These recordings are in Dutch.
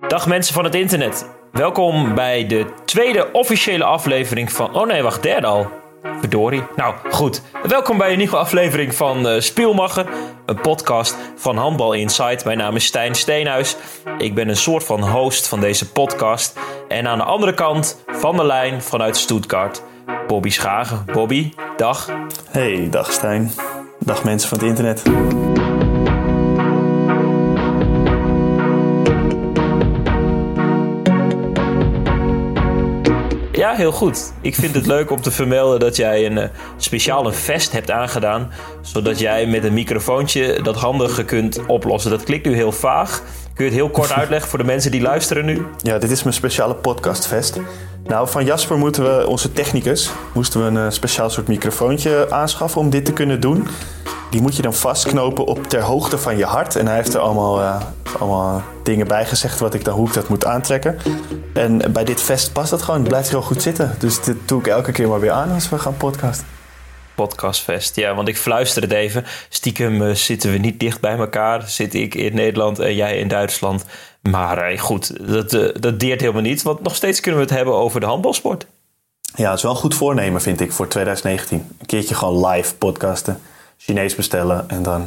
Dag mensen van het internet. Welkom bij de tweede officiële aflevering van... Oh nee, wacht, derde al. Verdorie. Nou, goed. Welkom bij een nieuwe aflevering van Spielmacher. Een podcast van Handbal Insight. Mijn naam is Stijn Steenhuis. Ik ben een soort van host van deze podcast. En aan de andere kant van de lijn vanuit Stuttgart, Bobby Schagen. Bobby, dag. Hey, dag Stijn. Dag mensen van het internet. Ja, heel goed. Ik vind het leuk om te vermelden dat jij een speciale vest hebt aangedaan, zodat jij met een microfoontje dat handig kunt oplossen. Dat klinkt nu heel vaag. Kun je het heel kort uitleggen voor de mensen die luisteren nu? Ja, dit is mijn speciale podcastvest. Nou, van Jasper onze technicus, moesten we een speciaal soort microfoontje aanschaffen om dit te kunnen doen. Die moet je dan vastknopen op ter hoogte van je hart. En hij heeft er allemaal dingen bij gezegd hoe ik dat moet aantrekken. En bij dit vest past dat gewoon. Het blijft heel goed zitten. Dus dit doe ik elke keer maar weer aan als we gaan podcasten. Podcastvest, ja, want ik fluister het even. Stiekem zitten we niet dicht bij elkaar. Zit ik in Nederland en jij in Duitsland. Maar goed, dat deert helemaal niet. Want nog steeds kunnen we het hebben over de handbalsport. Ja, het is wel een goed voornemen, vind ik, voor 2019. Een keertje gewoon live podcasten. Chinees bestellen en dan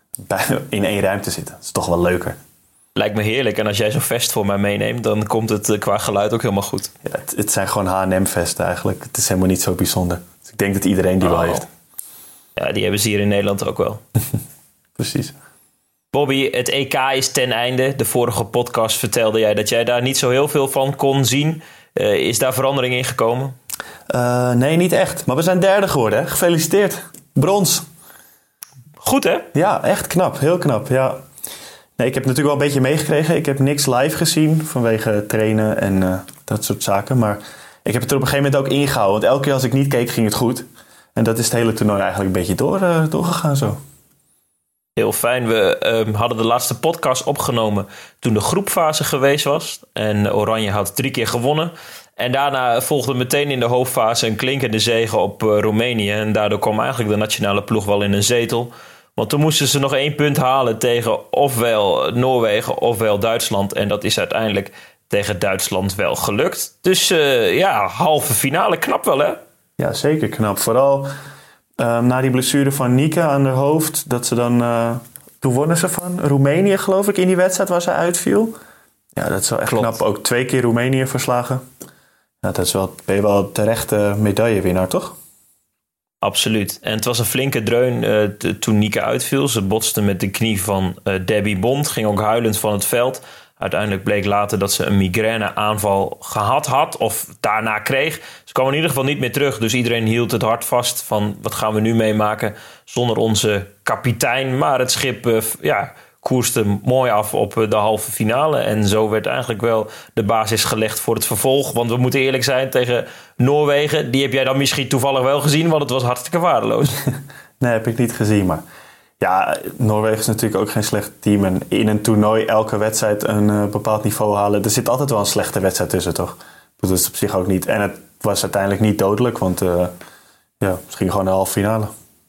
in één ruimte zitten. Dat is toch wel leuker. Lijkt me heerlijk. En als jij zo'n vest voor mij meeneemt, dan komt het qua geluid ook helemaal goed. Ja, het zijn gewoon H&M-vesten eigenlijk. Het is helemaal niet zo bijzonder. Dus ik denk dat iedereen die wel heeft. Ja, die hebben ze hier in Nederland ook wel. Precies. Bobby, het EK is ten einde. De vorige podcast vertelde jij dat jij daar niet zo heel veel van kon zien. Is daar verandering in gekomen? Nee, niet echt. Maar we zijn derde geworden, hè? Gefeliciteerd. Brons. Goed, hè? Ja, echt knap. Heel knap, ja. Nee, ik heb natuurlijk wel een beetje meegekregen. Ik heb niks live gezien vanwege trainen en dat soort zaken. Maar ik heb het er op een gegeven moment ook ingehouden. Want elke keer als ik niet keek, ging het goed. En dat is het hele toernooi eigenlijk een beetje doorgegaan zo. Heel fijn. We hadden de laatste podcast opgenomen toen de groepfase geweest was. En Oranje had 3 keer gewonnen. En daarna volgde meteen in de hoofdfase een klinkende zege op Roemenië. En daardoor kwam eigenlijk de nationale ploeg wel in een zetel. Want toen moesten ze nog 1 punt halen tegen ofwel Noorwegen ofwel Duitsland. En dat is uiteindelijk tegen Duitsland wel gelukt. Dus halve finale. Knap wel, hè? Ja, zeker knap. Vooral na die blessure van Nieke aan haar hoofd. Dat ze dan... toen wonnen ze van Roemenië, geloof ik, in die wedstrijd waar ze uitviel. Ja, dat is wel echt knap. Ook 2 keer Roemenië verslagen. Ja, ben je wel terechte medaillewinnaar, toch? Absoluut. En het was een flinke dreun toen Nieke uitviel. Ze botste met de knie van Debbie Bond. Ging ook huilend van het veld. Uiteindelijk bleek later dat ze een migraineaanval gehad had. Of daarna kreeg. Ze kwam in ieder geval niet meer terug. Dus iedereen hield het hart vast van wat gaan we nu meemaken zonder onze kapitein. Maar het schip koerste mooi af op de halve finale. En zo werd eigenlijk wel de basis gelegd voor het vervolg. Want we moeten eerlijk zijn, tegen Noorwegen, die heb jij dan misschien toevallig wel gezien, want het was hartstikke waardeloos. Nee, heb ik niet gezien, maar ja, Noorwegen is natuurlijk ook geen slecht team. En in een toernooi elke wedstrijd een bepaald niveau halen. Er zit altijd wel een slechte wedstrijd tussen, toch? Dat is op zich ook niet. En het was uiteindelijk niet dodelijk, want misschien gewoon de halve finale.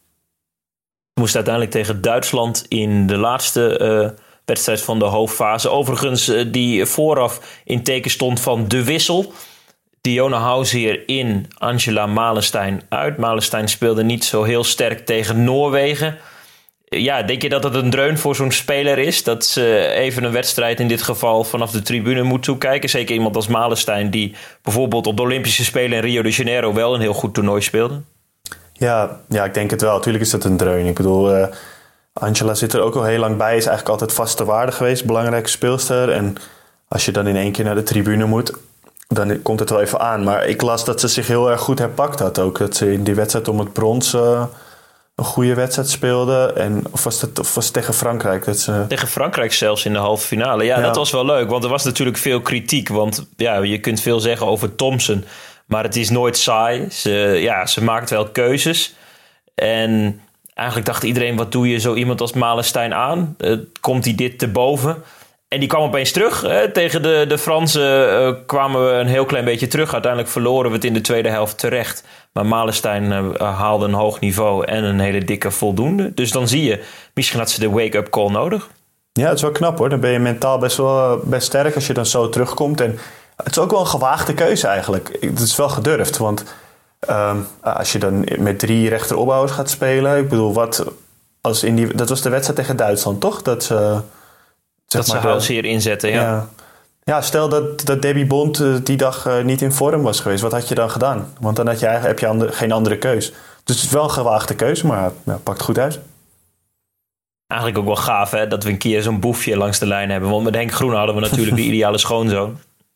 Moest uiteindelijk tegen Duitsland in de laatste wedstrijd van de hoofdfase. Overigens die vooraf in teken stond van de wissel. Diona Hausier in, Angela Malenstein uit. Malenstein speelde niet zo heel sterk tegen Noorwegen. Ja, denk je dat het een dreun voor zo'n speler is? Dat ze even een wedstrijd in dit geval vanaf de tribune moet toekijken? Zeker iemand als Malenstein die bijvoorbeeld op de Olympische Spelen in Rio de Janeiro wel een heel goed toernooi speelde. Ja, ik denk het wel. Tuurlijk is dat een dreun. Ik bedoel, Angela zit er ook al heel lang bij. Is eigenlijk altijd vaste waarde geweest. Belangrijke speelster. En als je dan in 1 keer naar de tribune moet, dan komt het wel even aan. Maar ik las dat ze zich heel erg goed herpakt had ook. Dat ze in die wedstrijd om het brons een goede wedstrijd speelde. Of was het tegen Frankrijk? Tegen Frankrijk zelfs in de halve finale. Ja, dat was wel leuk. Want er was natuurlijk veel kritiek. Want je kunt veel zeggen over Thompson. Maar het is nooit saai. Ze maakt wel keuzes. En eigenlijk dacht iedereen, wat doe je zo iemand als Malenstein aan? Komt hij dit te boven? En die kwam opeens terug. Tegen de Fransen kwamen we een heel klein beetje terug. Uiteindelijk verloren we het in de tweede helft terecht. Maar Malenstein haalde een hoog niveau en een hele dikke voldoende. Dus dan zie je, misschien had ze de wake-up call nodig. Ja, het is wel knap hoor. Dan ben je mentaal best sterk als je dan zo terugkomt. En het is ook wel een gewaagde keuze eigenlijk. Het is wel gedurfd, want als je dan met 3 rechteropbouwers gaat spelen... Ik bedoel, dat was de wedstrijd tegen Duitsland, toch? Dat ze Housseer inzetten, ja. Ja, stel dat Debbie Bond die dag niet in vorm was geweest. Wat had je dan gedaan? Want dan heb je geen andere keus. Dus het is wel een gewaagde keuze, maar pakt goed uit. Eigenlijk ook wel gaaf, hè, dat we een keer zo'n boefje langs de lijn hebben. Want met Henk Groene hadden we natuurlijk de ideale schoonzoon.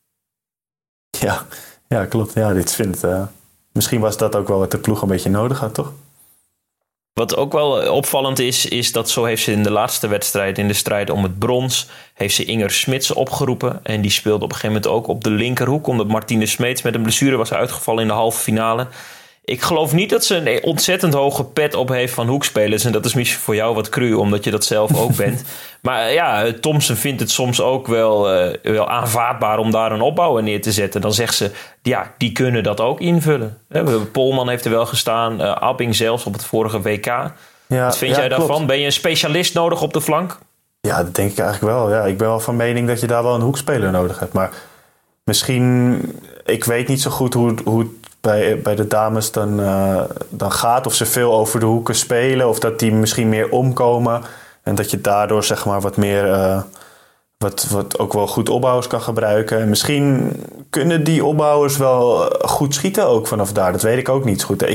Ja, klopt. Ja, misschien was dat ook wel wat de ploeg een beetje nodig had, toch? Wat ook wel opvallend is dat zo heeft ze in de laatste wedstrijd... in de strijd om het brons, heeft ze Inger Smits opgeroepen. En die speelde op een gegeven moment ook op de linkerhoek... omdat Martine Smeets met een blessure was uitgevallen in de halve finale. Ik geloof niet dat ze een ontzettend hoge pet op heeft van hoekspelers. En dat is misschien voor jou wat cru, omdat je dat zelf ook bent. Maar ja, Thompson vindt het soms ook wel aanvaardbaar om daar een opbouwer neer te zetten. Dan zegt ze, ja, die kunnen dat ook invullen. Polman heeft er wel gestaan, Abbing zelfs op het vorige WK. Ja, wat vind jij daarvan? Klopt. Ben je een specialist nodig op de flank? Ja, dat denk ik eigenlijk wel. Ja, ik ben wel van mening dat je daar wel een hoekspeler nodig hebt. Maar misschien, ik weet niet zo goed hoe het bij de dames dan gaat. Of ze veel over de hoeken spelen. Of dat die misschien meer omkomen. En dat je daardoor zeg maar wat meer... Wat ook wel goed opbouwers kan gebruiken. En misschien kunnen die opbouwers wel goed schieten ook vanaf daar. Dat weet ik ook niet zo goed.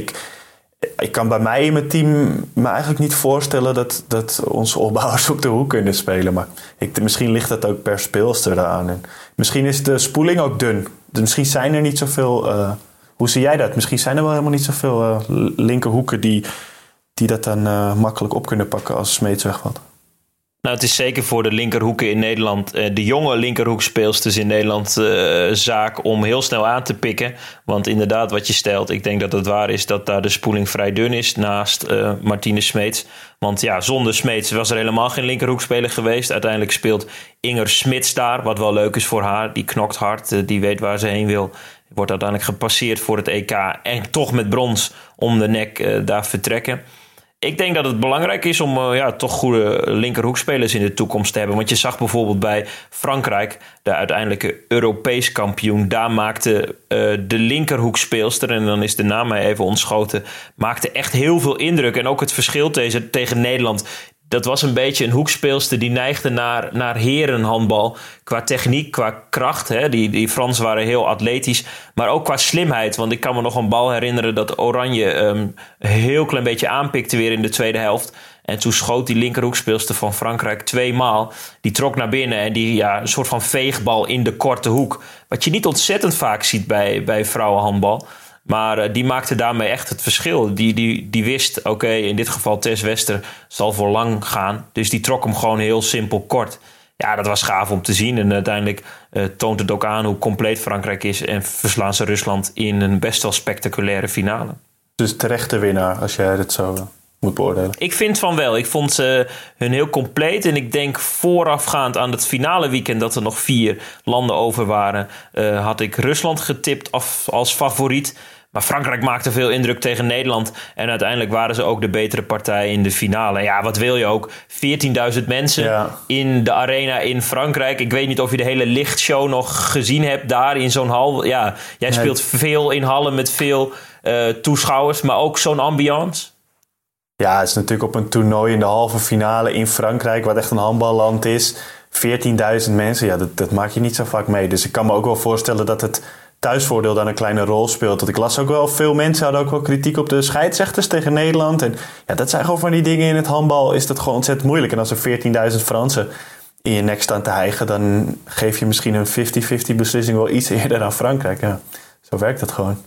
Ik kan bij mij in mijn team me eigenlijk niet voorstellen dat onze opbouwers op de hoek kunnen spelen. Maar misschien ligt dat ook per speelster daaraan. En misschien is de spoeling ook dun. Dus misschien zijn er niet zoveel... hoe zie jij dat? Misschien zijn er wel helemaal niet zoveel linkerhoeken die dat dan makkelijk op kunnen pakken als Smeets wegvalt. Nou, het is zeker voor de linkerhoeken in Nederland, de jonge linkerhoekspeelsters in Nederland, zaak om heel snel aan te pikken. Want inderdaad, wat je stelt, ik denk dat het waar is dat daar de spoeling vrij dun is naast Martine Smeets. Want ja, zonder Smeets was er helemaal geen linkerhoekspeler geweest. Uiteindelijk speelt Inger Smits daar, wat wel leuk is voor haar. Die knokt hard, die weet waar ze heen wil. Wordt uiteindelijk gepasseerd voor het EK en toch met brons om de nek daar vertrekken. Ik denk dat het belangrijk is om toch goede linkerhoekspelers in de toekomst te hebben. Want je zag bijvoorbeeld bij Frankrijk, de uiteindelijke Europees kampioen. Daar maakte de linkerhoekspeelster, en dan is de naam mij even ontschoten, maakte echt heel veel indruk. En ook het verschil tegen Nederland. Dat was een beetje een hoekspeelster die neigde naar herenhandbal. Qua techniek, qua kracht. Hè. Die Fransen waren heel atletisch. Maar ook qua slimheid. Want ik kan me nog een bal herinneren dat Oranje een heel klein beetje aanpikte weer in de tweede helft. En toen schoot die linkerhoekspeelster van Frankrijk 2 maal. Die trok naar binnen en een soort van veegbal in de korte hoek. Wat je niet ontzettend vaak ziet bij vrouwenhandbal. Maar die maakte daarmee echt het verschil. Die wist, oké, in dit geval Tess Wester zal voor lang gaan. Dus die trok hem gewoon heel simpel kort. Ja, dat was gaaf om te zien. En uiteindelijk toont het ook aan hoe compleet Frankrijk is. En verslaan ze Rusland in een best wel spectaculaire finale. Dus terechte winnaar, als jij het zo moet beoordelen. Ik vind van wel. Ik vond hun heel compleet. En ik denk voorafgaand aan het finale weekend dat er nog 4 landen over waren, had ik Rusland getipt als favoriet. Maar Frankrijk maakte veel indruk tegen Nederland. En uiteindelijk waren ze ook de betere partij in de finale. Ja, wat wil je ook? 14.000 mensen in de arena in Frankrijk. Ik weet niet of je de hele lichtshow nog gezien hebt daar in zo'n hal. Ja, jij speelt veel in hallen met veel toeschouwers. Maar ook zo'n ambiance. Ja, het is natuurlijk op een toernooi in de halve finale in Frankrijk, wat echt een handballand is. 14.000 mensen, ja, dat maak je niet zo vaak mee. Dus ik kan me ook wel voorstellen dat het thuisvoordeel dan een kleine rol speelt. Want ik las ook wel, veel mensen hadden ook wel kritiek op de scheidsrechters tegen Nederland. En ja, dat zijn gewoon van die dingen in het handbal, is dat gewoon ontzettend moeilijk. En als er 14.000 Fransen in je nek staan te hijgen, dan geef je misschien een 50-50 beslissing wel iets eerder aan Frankrijk. Ja, zo werkt dat gewoon.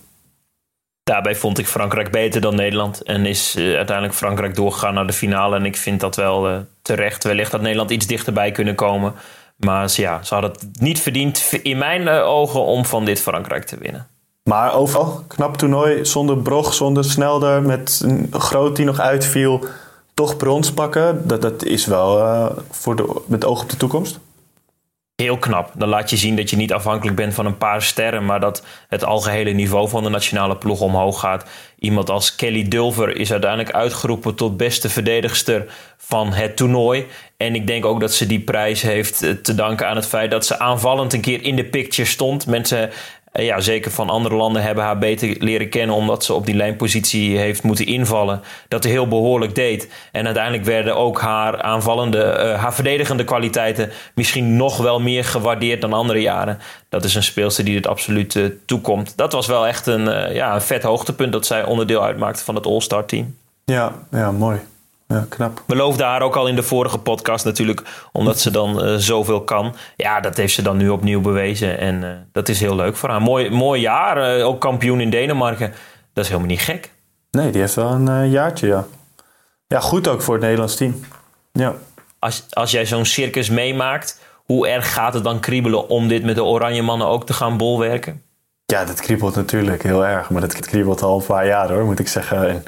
Daarbij vond ik Frankrijk beter dan Nederland. En is uiteindelijk Frankrijk doorgegaan naar de finale. En ik vind dat wel terecht. Wellicht had Nederland iets dichterbij kunnen komen. Maar ze hadden het niet verdiend in mijn ogen om van dit Frankrijk te winnen. Maar overal, knap toernooi, zonder Brog, zonder Snelder, met een groot die nog uitviel, toch brons pakken. Dat is wel met oog op de toekomst. Heel knap. Dan laat je zien dat je niet afhankelijk bent van een paar sterren, maar dat het algehele niveau van de nationale ploeg omhoog gaat. Iemand als Kelly Dulver is uiteindelijk uitgeroepen tot beste verdedigster van het toernooi. En ik denk ook dat ze die prijs heeft te danken aan het feit dat ze aanvallend een keer in de picture stond. Mensen, zeker van andere landen, hebben haar beter leren kennen omdat ze op die lijnpositie heeft moeten invallen. Dat heel behoorlijk deed. En uiteindelijk werden ook haar haar verdedigende kwaliteiten misschien nog wel meer gewaardeerd dan andere jaren. Dat is een speelster die het absoluut toekomt. Dat was wel echt een vet hoogtepunt dat zij onderdeel uitmaakte van het All-Star team. Ja, mooi. Ja, knap. We loofden haar ook al in de vorige podcast natuurlijk, omdat ze dan zoveel kan. Ja, dat heeft ze dan nu opnieuw bewezen en dat is heel leuk voor haar. Mooi jaar, ook kampioen in Denemarken. Dat is helemaal niet gek. Nee, die heeft wel een jaartje, ja. Ja, goed ook voor het Nederlands team. Ja. Als jij zo'n circus meemaakt, hoe erg gaat het dan kriebelen om dit met de Oranje Mannen ook te gaan bolwerken? Ja, dat kriebelt natuurlijk heel erg. Maar dat kriebelt al een paar jaar hoor, moet ik zeggen. En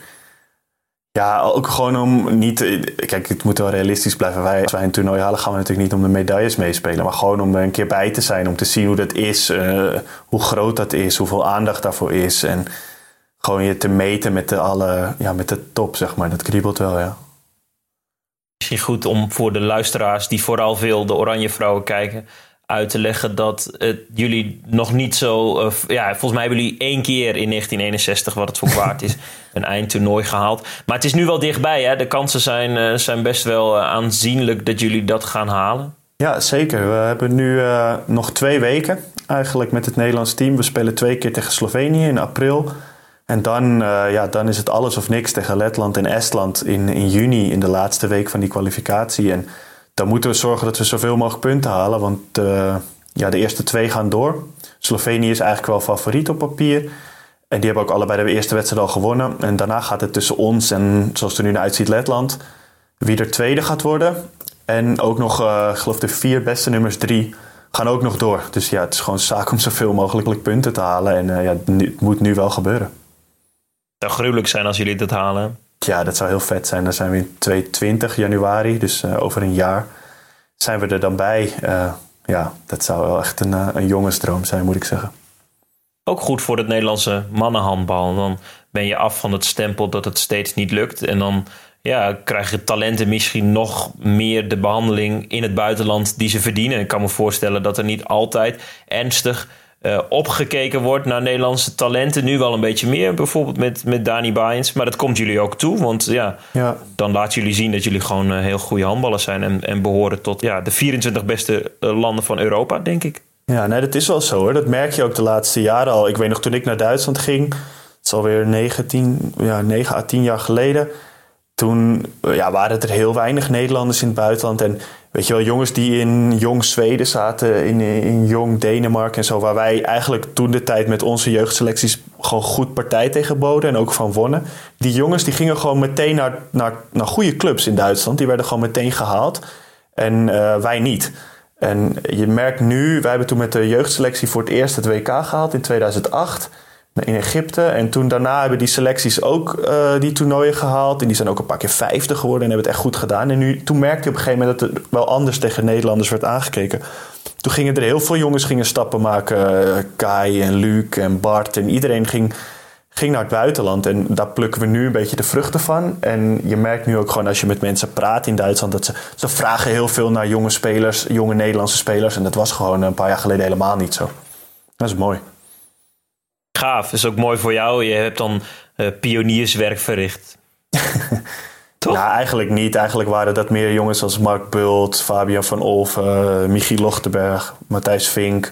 ja, ook gewoon om niet... Kijk, het moet wel realistisch blijven. Als wij een toernooi halen, gaan we natuurlijk niet om de medailles meespelen. Maar gewoon om er een keer bij te zijn. Om te zien hoe dat is. Hoe groot dat is. Hoeveel aandacht daarvoor is. En gewoon je te meten met de top, zeg maar. Dat kriebelt wel, ja. Misschien goed om voor de luisteraars die vooral veel de Oranje Vrouwen kijken, uit te leggen dat jullie nog niet zo... volgens mij hebben jullie 1 keer in 1961, wat het voor waard is, een eindtoernooi gehaald. Maar het is nu wel dichtbij, hè? De kansen zijn best wel aanzienlijk dat jullie dat gaan halen. Ja, zeker. We hebben nu nog 2 weken eigenlijk met het Nederlands team. We spelen 2 keer tegen Slovenië in april. En dan is het alles of niks tegen Letland en Estland in juni, in de laatste week van die kwalificatie. En dan moeten we zorgen dat we zoveel mogelijk punten halen, want de eerste 2 gaan door. Slovenië is eigenlijk wel favoriet op papier. En die hebben ook allebei de eerste wedstrijd al gewonnen. En daarna gaat het tussen ons en, zoals het er nu naar uitziet, Letland, wie er tweede gaat worden. En ook nog, ik geloof de 4 beste nummers 3 gaan ook nog door. Dus ja, het is gewoon zaak om zoveel mogelijk punten te halen. En het moet nu wel gebeuren. Het zou gruwelijk zijn als jullie dat halen. Ja, dat zou heel vet zijn. Dan zijn we in 2020 januari, dus over een jaar, zijn we er dan bij. Dat zou wel echt een jongensdroom zijn, moet ik zeggen. Ook goed voor het Nederlandse mannenhandbal. Dan ben je af van het stempel dat het steeds niet lukt. En dan krijgen talenten misschien nog meer de behandeling in het buitenland die ze verdienen. Ik kan me voorstellen dat er niet altijd ernstig opgekeken wordt naar Nederlandse talenten. Nu wel een beetje meer, bijvoorbeeld met Dani Baijens. Maar dat komt jullie ook toe, want dan laten jullie zien dat jullie gewoon heel goede handballers zijn en behoren tot de 24 beste landen van Europa, denk ik. Ja, nee, dat is wel zo hoor. Dat merk je ook de laatste jaren al. Ik weet nog, toen ik naar Duitsland ging, het is alweer 9 à 10 jaar geleden. Toen waren er heel weinig Nederlanders in het buitenland. En weet je wel, jongens die in jong Zweden zaten, in jong Denemarken en zo, waar wij eigenlijk toen de tijd met onze jeugdselecties gewoon goed partij tegen boden en ook van wonnen. Die jongens die gingen gewoon meteen naar goede clubs in Duitsland. Die werden gewoon meteen gehaald. En wij niet. En je merkt nu, wij hebben toen met de jeugdselectie voor het eerst het WK gehaald in 2008 in Egypte. En toen daarna hebben die selecties ook die toernooien gehaald. En die zijn ook een paar keer 50 geworden en hebben het echt goed gedaan. En toen merkte je op een gegeven moment dat het wel anders tegen Nederlanders werd aangekeken. Toen gingen er heel veel jongens stappen maken. Kai en Luc en Bart en iedereen ging naar het buitenland. En daar plukken we nu een beetje de vruchten van. En je merkt nu ook gewoon als je met mensen praat in Duitsland, dat ze vragen heel veel naar jonge spelers, jonge Nederlandse spelers. En dat was gewoon een paar jaar geleden helemaal niet zo. Dat is mooi. Gaaf, is ook mooi voor jou. Je hebt dan pionierswerk verricht. Toch? Nou, eigenlijk niet. Eigenlijk waren dat meer jongens als Mark Bult, Fabian van Olven, Michiel Lochtenberg, Matthijs Vink,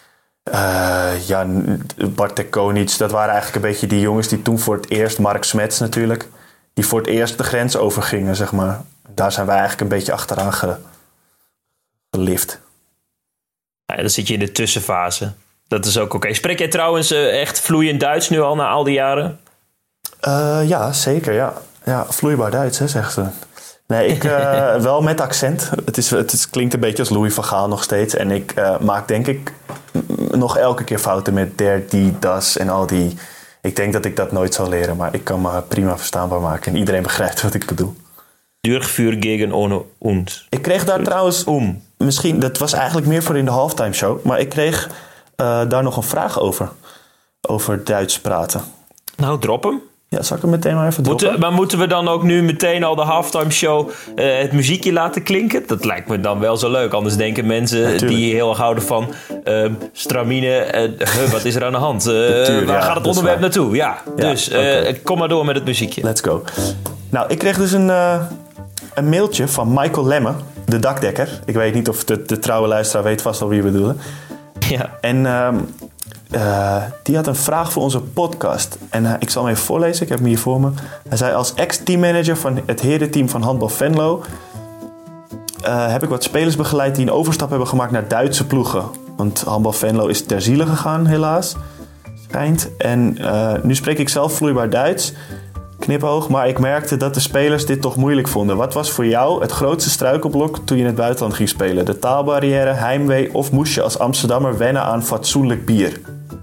Bartek Konic. Dat waren eigenlijk een beetje die jongens die toen voor het eerst, Mark Smets natuurlijk, die voor het eerst de grens overgingen, zeg maar. Daar zijn wij eigenlijk een beetje achteraan gelift. Ja, dan zit je in de tussenfase. Dat is ook oké. Spreek jij trouwens echt vloeiend Duits nu al na al die jaren? Ja, zeker. Ja, vloeibaar Duits, hè, zegt ze. Nee, ik wel met accent. Het klinkt een beetje als Louis van Gaal nog steeds. En ik maak denk ik nog elke keer fouten met der, die, das en al die. Ik denk dat ik dat nooit zal leren, maar ik kan me prima verstaanbaar maken. En iedereen begrijpt wat ik bedoel. Durchführ gegen ohne uns. Ik kreeg daar trouwens... misschien, dat was eigenlijk meer voor in de halftime show. Maar ik kreeg daar nog een vraag over. Over Duits praten. Nou, drop hem. Ja, zal ik hem meteen maar even droppen? Maar moeten we dan ook nu meteen al de halftime show het muziekje laten klinken? Dat lijkt me dan wel zo leuk. Anders denken mensen die heel erg houden van stramine. Wat is er aan de hand? Waar gaat het onderwerp naartoe? Ja, dus kom maar door met het muziekje. Let's go. Nou, ik kreeg dus een mailtje van Michael Lemme, de dakdekker. Ik weet niet of de trouwe luisteraar weet vast al wie we bedoelen. Ja. En die had een vraag voor onze podcast. En ik zal hem even voorlezen, ik heb hem hier voor me. Hij zei: als ex-teammanager van het herenteam van Handbal Venlo heb ik wat spelers begeleid die een overstap hebben gemaakt naar Duitse ploegen. Want Handbal Venlo is ter ziele gegaan, helaas. Schijnt. En nu spreek ik zelf vloeibaar Duits. Knipoog, maar ik merkte dat de spelers dit toch moeilijk vonden. Wat was voor jou het grootste struikelblok toen je in het buitenland ging spelen? De taalbarrière, heimwee of moest je als Amsterdammer wennen aan fatsoenlijk bier?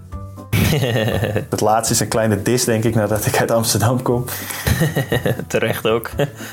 Het laatste is een kleine dis, denk ik, nadat ik uit Amsterdam kom. Terecht ook.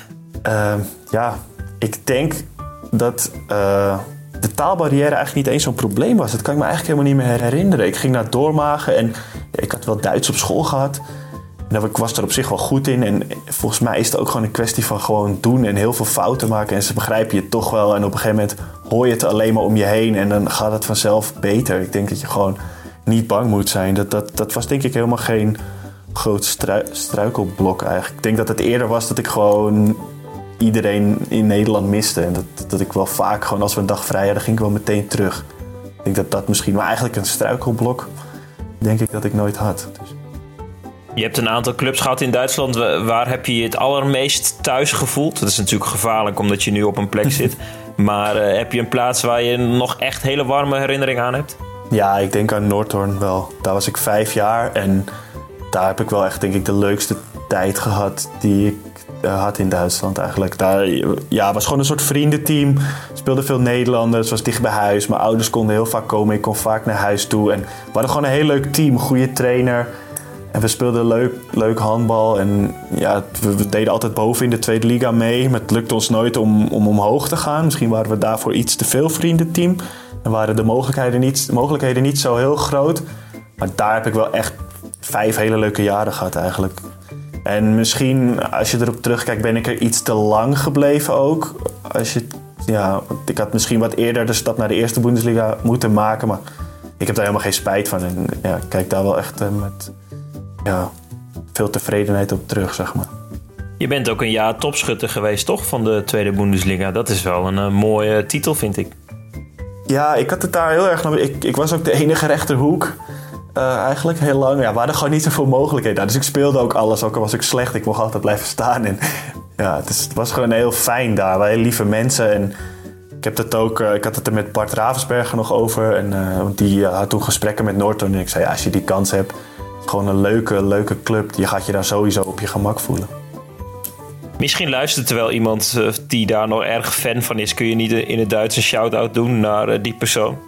Ik denk dat de taalbarrière eigenlijk niet eens zo'n probleem was. Dat kan ik me eigenlijk helemaal niet meer herinneren. Ik ging naar Doormagen en ik had wel Duits op school gehad. En ik was er op zich wel goed in. En volgens mij is het ook gewoon een kwestie van gewoon doen en heel veel fouten maken. En ze begrijpen je toch wel. En op een gegeven moment hoor je het alleen maar om je heen. En dan gaat het vanzelf beter. Ik denk dat je gewoon niet bang moet zijn. Dat was denk ik helemaal geen groot struikelblok eigenlijk. Ik denk dat het eerder was dat ik gewoon iedereen in Nederland miste. En dat ik wel vaak gewoon als we een dag vrij hadden, ging ik wel meteen terug. Ik denk dat dat misschien, maar eigenlijk een struikelblok denk ik dat ik nooit had. Dus. Je hebt een aantal clubs gehad in Duitsland. Waar heb je je het allermeest thuis gevoeld? Dat is natuurlijk gevaarlijk omdat je nu op een plek zit. Maar heb je een plaats waar je nog echt hele warme herinnering aan hebt? Ja, ik denk aan Noordhoorn wel. Daar was ik 5 jaar en daar heb ik wel echt denk ik de leukste tijd gehad die ik had in Duitsland eigenlijk. Daar was gewoon een soort vriendenteam. Speelde veel Nederlanders, was dicht bij huis. Mijn ouders konden heel vaak komen, ik kon vaak naar huis toe. En we hadden gewoon een heel leuk team, een goede trainer. En we speelden leuk handbal. En ja, we deden altijd boven in de tweede liga mee. Maar het lukte ons nooit om omhoog te gaan. Misschien waren we daarvoor iets te veel vriendenteam. En waren de mogelijkheden niet zo heel groot. Maar daar heb ik wel echt 5 hele leuke jaren gehad eigenlijk. En misschien, als je erop terugkijkt, ben ik er iets te lang gebleven ook. Ik had misschien wat eerder de stap naar de eerste Bundesliga moeten maken. Maar ik heb daar helemaal geen spijt van. En ja, ik kijk daar wel echt met veel tevredenheid op terug, zeg maar. Je bent ook een jaar topschutter geweest, toch? Van de tweede Bundesliga. Dat is wel een mooie titel, vind ik. Ja, ik had het daar heel erg... Ik was ook de enige rechterhoek. Eigenlijk heel lang. Ja, we hadden gewoon niet zoveel mogelijkheden. Dus ik speelde ook alles. Ook al was ik slecht, ik mocht altijd blijven staan. En ja, het was gewoon heel fijn daar. Wel heel lieve mensen. En ik had het er met Bart Ravensberger nog over. En die had toen gesprekken met Noordhoorn. En ik zei, als je die kans hebt... Gewoon een leuke club. Je gaat je daar sowieso op je gemak voelen. Misschien luistert er wel iemand die daar nog erg fan van is. Kun je niet in het Duits een shout-out doen naar die persoon?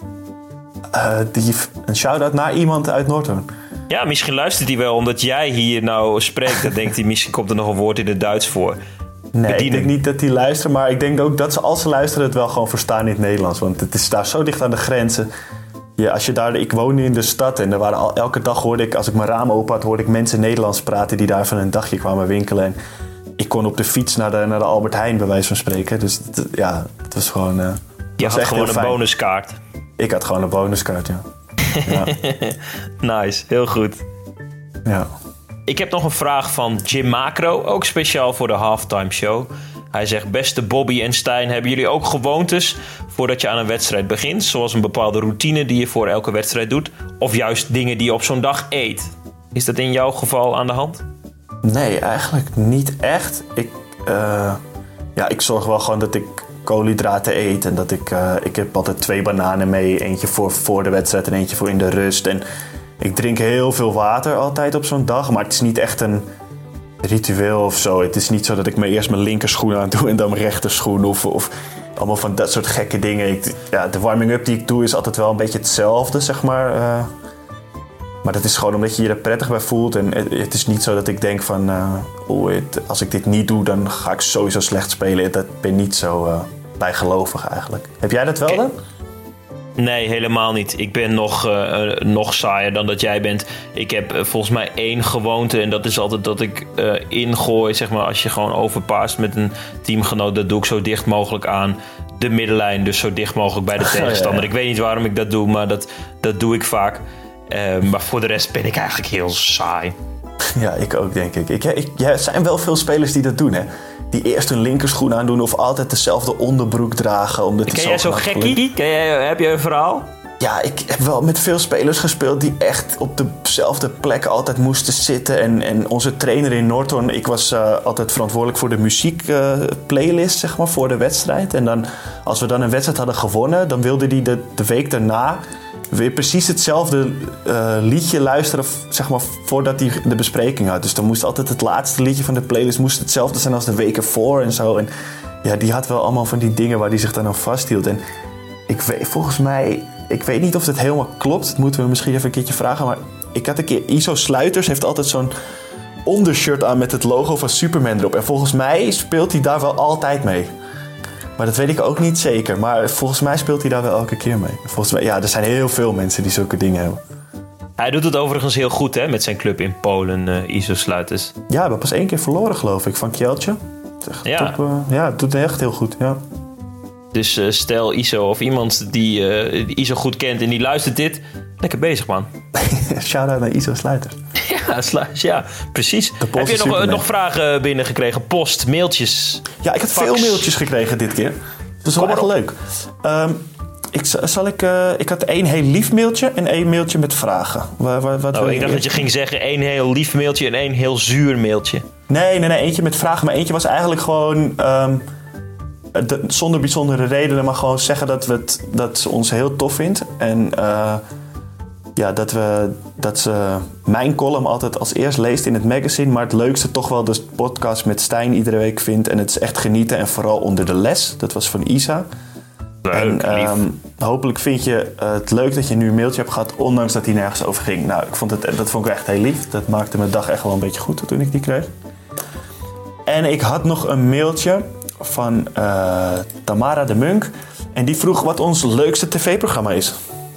Een shout-out naar iemand uit Noordhoorn? Ja, misschien luistert hij wel omdat jij hier nou spreekt. Dan denkt hij, misschien komt er nog een woord in het Duits voor. Nee, ik denk niet dat die luisteren. Maar ik denk ook dat ze, als ze luisteren, het wel gewoon verstaan in het Nederlands. Want het is daar zo dicht aan de grenzen. Ja, ik woonde in de stad en elke dag hoorde ik, als ik mijn raam open had, hoorde ik mensen Nederlands praten die daar van een dagje kwamen winkelen. En ik kon op de fiets naar de Albert Heijn, bij wijze van spreken. Dus het was gewoon... Je had gewoon een bonuskaart. Ik had gewoon een bonuskaart, ja. Nice, heel goed. Ja. Ik heb nog een vraag van Jim Macro, ook speciaal voor de halftime show. Hij zegt, beste Bobby en Stijn, hebben jullie ook gewoontes voordat je aan een wedstrijd begint? Zoals een bepaalde routine die je voor elke wedstrijd doet? Of juist dingen die je op zo'n dag eet? Is dat in jouw geval aan de hand? Nee, eigenlijk niet echt. Ik zorg wel gewoon dat ik koolhydraten eet. En dat ik heb altijd 2 bananen mee. Eentje voor de wedstrijd en eentje voor in de rust. En ik drink heel veel water altijd op zo'n dag. Maar het is niet echt een ritueel of zo. Het is niet zo dat ik eerst mijn linkerschoen aan doe en dan mijn rechterschoen. Of allemaal van dat soort gekke dingen. De warming-up die ik doe is altijd wel een beetje hetzelfde, zeg maar. Maar dat is gewoon omdat je je er prettig bij voelt. En het is niet zo dat ik denk van... als ik dit niet doe, dan ga ik sowieso slecht spelen. Dat ben niet zo... bijgelovig eigenlijk. Heb jij dat wel dan? Nee, helemaal niet. Ik ben nog saaier dan dat jij bent. Ik heb volgens mij 1 gewoonte. En dat is altijd dat ik ingooi. Zeg maar, als je gewoon overpaast met een teamgenoot. Dat doe ik zo dicht mogelijk aan de middenlijn. Dus zo dicht mogelijk bij de tegenstander. Ja. Ik weet niet waarom ik dat doe. Maar dat doe ik vaak. Maar voor de rest ben ik eigenlijk heel saai. Ja, ik ook denk ik. Er zijn wel veel spelers die dat doen, hè. Die eerst hun linkerschoen aandoen of altijd dezelfde onderbroek dragen. Omdat Ken jij zo gekkie? Heb je een verhaal? Ja, ik heb wel met veel spelers gespeeld die echt op dezelfde plek altijd moesten zitten. En onze trainer in Noordhoorn, ik was altijd verantwoordelijk voor de muziekplaylist, zeg maar, voor de wedstrijd. En dan, als we dan een wedstrijd hadden gewonnen, dan wilde hij de week daarna weer precies hetzelfde liedje luisteren, zeg maar, voordat hij de bespreking had. Dus dan moest altijd het laatste liedje van de playlist moest hetzelfde zijn als de week ervoor en zo. En ja, die had wel allemaal van die dingen waar hij zich dan aan vasthield. En ik weet niet of het helemaal klopt. Dat moeten we misschien even een keertje vragen. Maar ik had een keer Iso Sluiters heeft altijd zo'n ondershirt aan met het logo van Superman erop. En volgens mij speelt hij daar wel altijd mee. Maar dat weet ik ook niet zeker. Maar volgens mij speelt hij daar wel elke keer mee. Volgens mij, ja, er zijn heel veel mensen die zulke dingen hebben. Hij doet het overigens heel goed, hè, met zijn club in Polen, Iso Sluiters. Ja, we hebben pas 1 keer verloren, geloof ik, van Kielce. Ja. Het doet echt heel goed, ja. Dus stel Iso of iemand die Iso goed kent en die luistert dit. Lekker bezig, man. Shout-out naar Iso Sluiters. Ja, precies. Heb je nog vragen binnengekregen? Post, mailtjes? Ja, ik heb veel mailtjes gekregen dit keer. Dat is wel echt leuk. Ik had 1 heel lief mailtje en 1 mailtje met vragen. Ik dacht dat je ging zeggen 1 heel lief mailtje en 1 heel zuur mailtje. Nee, eentje met vragen. Maar eentje was eigenlijk gewoon zonder bijzondere redenen, maar gewoon zeggen dat ze ons heel tof vindt. En dat ze mijn column altijd als eerst leest in het magazine, maar het leukste toch wel de podcast met Stijn iedere week vindt. En het is echt genieten en vooral onder de les. Dat was van Isa. Leuk, en hopelijk vind je het leuk dat je nu een mailtje hebt gehad, ondanks dat hij nergens over ging. Nou, dat vond ik echt heel lief. Dat maakte mijn dag echt wel een beetje goed toen ik die kreeg. En ik had nog een mailtje van Tamara de Munk. En die vroeg wat ons leukste tv-programma is.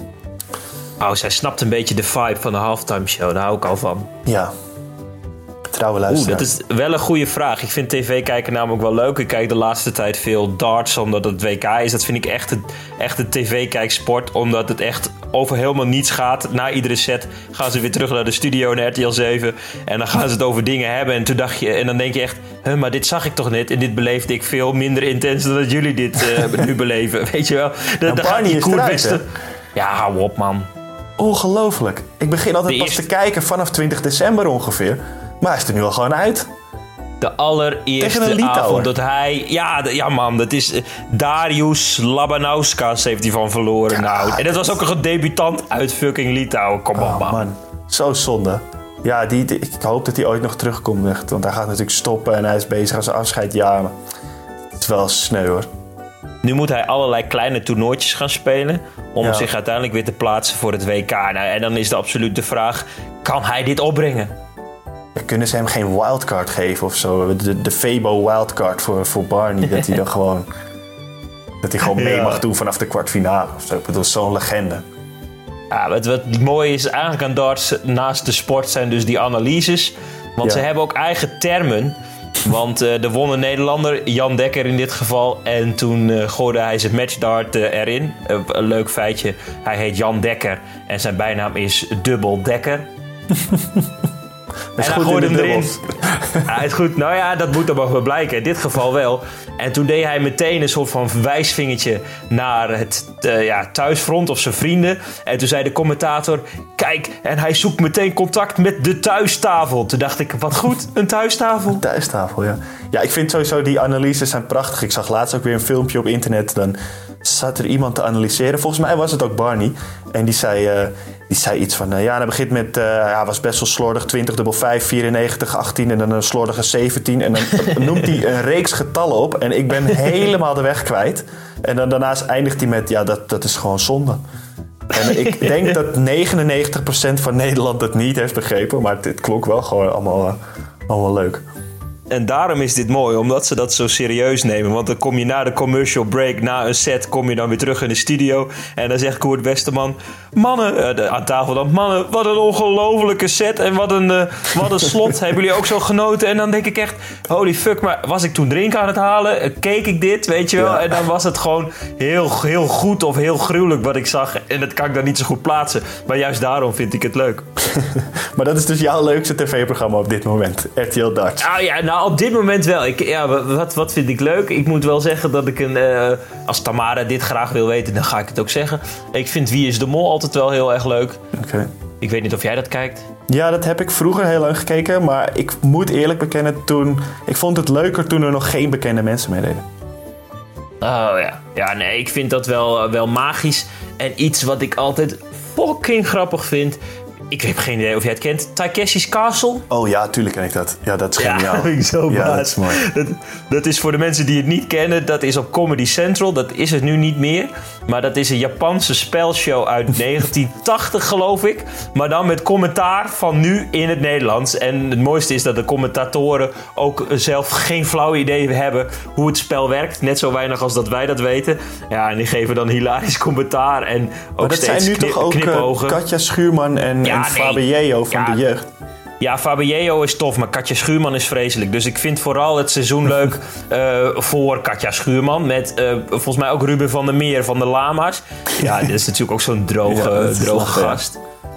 Oh, zij snapt een beetje de vibe van de halftime show. Daar hou ik al van. Ja. Trouwe luisteraar. Dat is wel een goede vraag. Ik vind tv kijken namelijk wel leuk. Ik kijk de laatste tijd veel darts, omdat het WK is. Dat vind ik echt een tv-kijksport. Omdat het echt over helemaal niets gaat. Na iedere set gaan ze weer terug naar de studio, naar RTL 7. En dan gaan ze het over dingen hebben. En dan denk je echt, maar dit zag ik toch net. En dit beleefde ik veel minder intens dan dat jullie dit nu beleven. Weet je wel? Dan gaat die koerbeste. Ja, hou op, man. Ongelooflijk. Ik begin altijd pas te kijken vanaf 20 december ongeveer. Maar hij is er nu al gewoon uit. De allereerste avond dat hij... Ja, man, dat is... Darius Labanauskas heeft hij van verloren. Nou. En dat was ook een debutant uit fucking Litouwen. Kom op, man. Zo zonde. Ja, ik hoop dat hij ooit nog terugkomt. Echt, want hij gaat natuurlijk stoppen en hij is bezig aan zijn afscheid. Ja, maar het is wel sneu, hoor. Nu moet hij allerlei kleine toernooitjes gaan spelen om zich uiteindelijk weer te plaatsen voor het WK. Nou, en dan is de absolute vraag, kan hij dit opbrengen? Ja, kunnen ze hem geen wildcard geven of zo? De Febo wildcard voor Barney. Dat hij dan gewoon mee mag doen vanaf de kwartfinale of zo. Ik bedoel, zo'n legende. Ja, wat mooi is eigenlijk aan darts naast de sport zijn dus die analyses. Want ze hebben ook eigen termen. Want de won een Nederlander, Jan Dekker in dit geval. En toen gooide hij zijn matchdart erin. Een leuk feitje, hij heet Jan Dekker. En zijn bijnaam is Dubbel Dekker. Hij is goed in de dubbels. Hij is goed. Nou ja, dat moet dan wel blijken. In dit geval wel. En toen deed hij meteen een soort van wijsvingertje naar het thuisfront of zijn vrienden. En toen zei de commentator, kijk, en hij zoekt meteen contact met de thuistafel. Toen dacht ik, wat goed, een thuistafel. Een thuistafel, ja. Ja, ik vind sowieso die analyses zijn prachtig. Ik zag laatst ook weer een filmpje op internet. Dan zat er iemand te analyseren. Volgens mij was het ook Barney. En die zei iets van... hij begint met... was best wel slordig. 20, 5, 94, 18 en dan een slordige 17. En dan noemt hij een reeks getallen op. En ik ben helemaal de weg kwijt. En dan daarnaast eindigt hij met... Ja, dat is gewoon zonde. En ik denk dat 99% van Nederland het niet heeft begrepen. Maar het klonk wel gewoon allemaal leuk. En daarom is dit mooi, omdat ze dat zo serieus nemen. Want dan kom je na de commercial break, na een set, kom je dan weer terug in de studio. En dan zegt Koert Westerman, mannen, aan tafel dan, mannen, wat een ongelofelijke set en wat een slot. Hebben jullie ook zo genoten? En dan denk ik echt, holy fuck, maar was ik toen drinken aan het halen? Keek ik dit, weet je wel? Ja. En dan was het gewoon heel goed of heel gruwelijk wat ik zag. En dat kan ik dan niet zo goed plaatsen. Maar juist daarom vind ik het leuk. Maar dat is dus jouw leukste tv-programma op dit moment, RTL Darts. Nou, op dit moment wel. Wat vind ik leuk? Ik moet wel zeggen dat ik als Tamara dit graag wil weten, dan ga ik het ook zeggen. Ik vind Wie is de Mol altijd wel heel erg leuk. Okay. Ik weet niet of jij dat kijkt. Ja, dat heb ik vroeger heel lang gekeken. Maar ik moet eerlijk bekennen, ik vond het leuker toen er nog geen bekende mensen meededen. Oh ja. Ja, nee, ik vind dat wel magisch. En iets wat ik altijd fucking grappig vind. Ik heb geen idee of jij het kent. Takeshi's Castle. Oh ja, tuurlijk ken ik dat. Ja, dat is geniaal. Ja, ik zo ja, dat is mooi. Dat is voor de mensen die het niet kennen. Dat is op Comedy Central. Dat is het nu niet meer. Maar dat is een Japanse spelshow uit 1980, geloof ik. Maar dan met commentaar van nu in het Nederlands. En het mooiste is dat de commentatoren ook zelf geen flauw idee hebben hoe het spel werkt. Net zo weinig als dat wij dat weten. Ja, en die geven dan hilarisch commentaar. En ook dat steeds zijn nu toch ook knipogen. Katja Schuurman en Fabio van de jeugd. Ja, Fabio is tof, maar Katja Schuurman is vreselijk. Dus ik vind vooral het seizoen leuk voor Katja Schuurman. Met volgens mij ook Ruben van der Meer van de Lama's. Ja, dit is natuurlijk ook zo'n droge gast.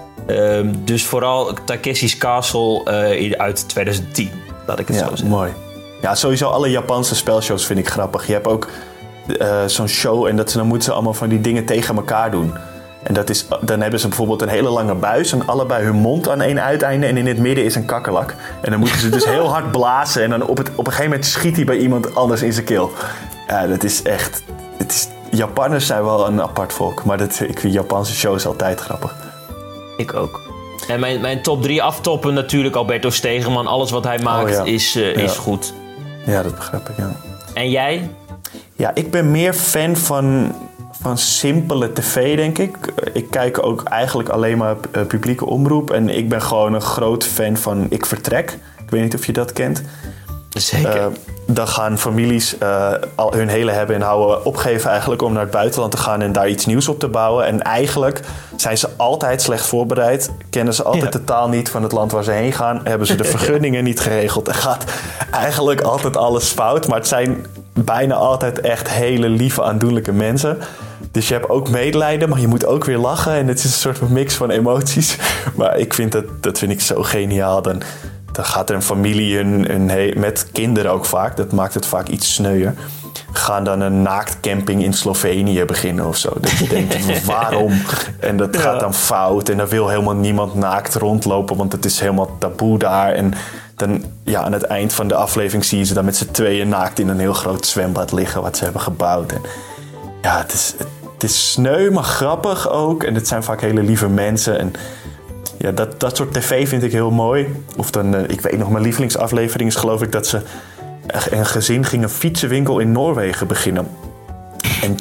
Dus vooral Takeshi's Castle uit 2010. Laat ik het zo zeggen. Mooi. Ja, sowieso alle Japanse spelshows vind ik grappig. Je hebt ook zo'n show en dan moeten ze allemaal van die dingen tegen elkaar doen. En dan hebben ze bijvoorbeeld een hele lange buis en allebei hun mond aan één uiteinde en in het midden is een kakkerlak. En dan moeten ze dus heel hard blazen en dan op een gegeven moment schiet hij bij iemand anders in zijn keel. Ja, dat is echt... Japanners zijn wel een apart volk, maar ik vind Japanse shows altijd grappig. Ik ook. En mijn top 3 aftoppen natuurlijk, Alberto Stegeman. Alles wat hij maakt is goed. Ja, dat begrijp ik, ja. En jij? Ja, ik ben meer fan van simpele tv, denk ik. Ik kijk ook eigenlijk alleen maar publieke omroep. En ik ben gewoon een groot fan van Ik Vertrek. Ik weet niet of je dat kent. Zeker. Dan gaan families al hun hele hebben en houden opgeven eigenlijk om naar het buitenland te gaan en daar iets nieuws op te bouwen. En eigenlijk zijn ze altijd slecht voorbereid. Kennen ze altijd de taal niet van het land waar ze heen gaan. Hebben ze de vergunningen niet geregeld. Er gaat eigenlijk altijd alles fout. Maar het zijn bijna altijd echt hele lieve, aandoenlijke mensen. Dus je hebt ook medelijden, maar je moet ook weer lachen. En het is een soort van mix van emoties. Maar ik vind dat vind ik zo geniaal. Dan gaat er een familie met kinderen ook vaak. Dat maakt het vaak iets sneuier. Gaan dan een naaktcamping in Slovenië beginnen of zo. Dat je denkt, waarom? En dat gaat dan fout. En dan wil helemaal niemand naakt rondlopen, want het is helemaal taboe daar. En dan aan het eind van de aflevering zie je ze dan met z'n tweeën naakt in een heel groot zwembad liggen wat ze hebben gebouwd. En ja, het is sneu, maar grappig ook. En het zijn vaak hele lieve mensen. En ja, dat soort tv vind ik heel mooi. Of dan, ik weet nog, mijn lievelingsaflevering is geloof ik dat ze een gezin ging een fietsenwinkel in Noorwegen beginnen. En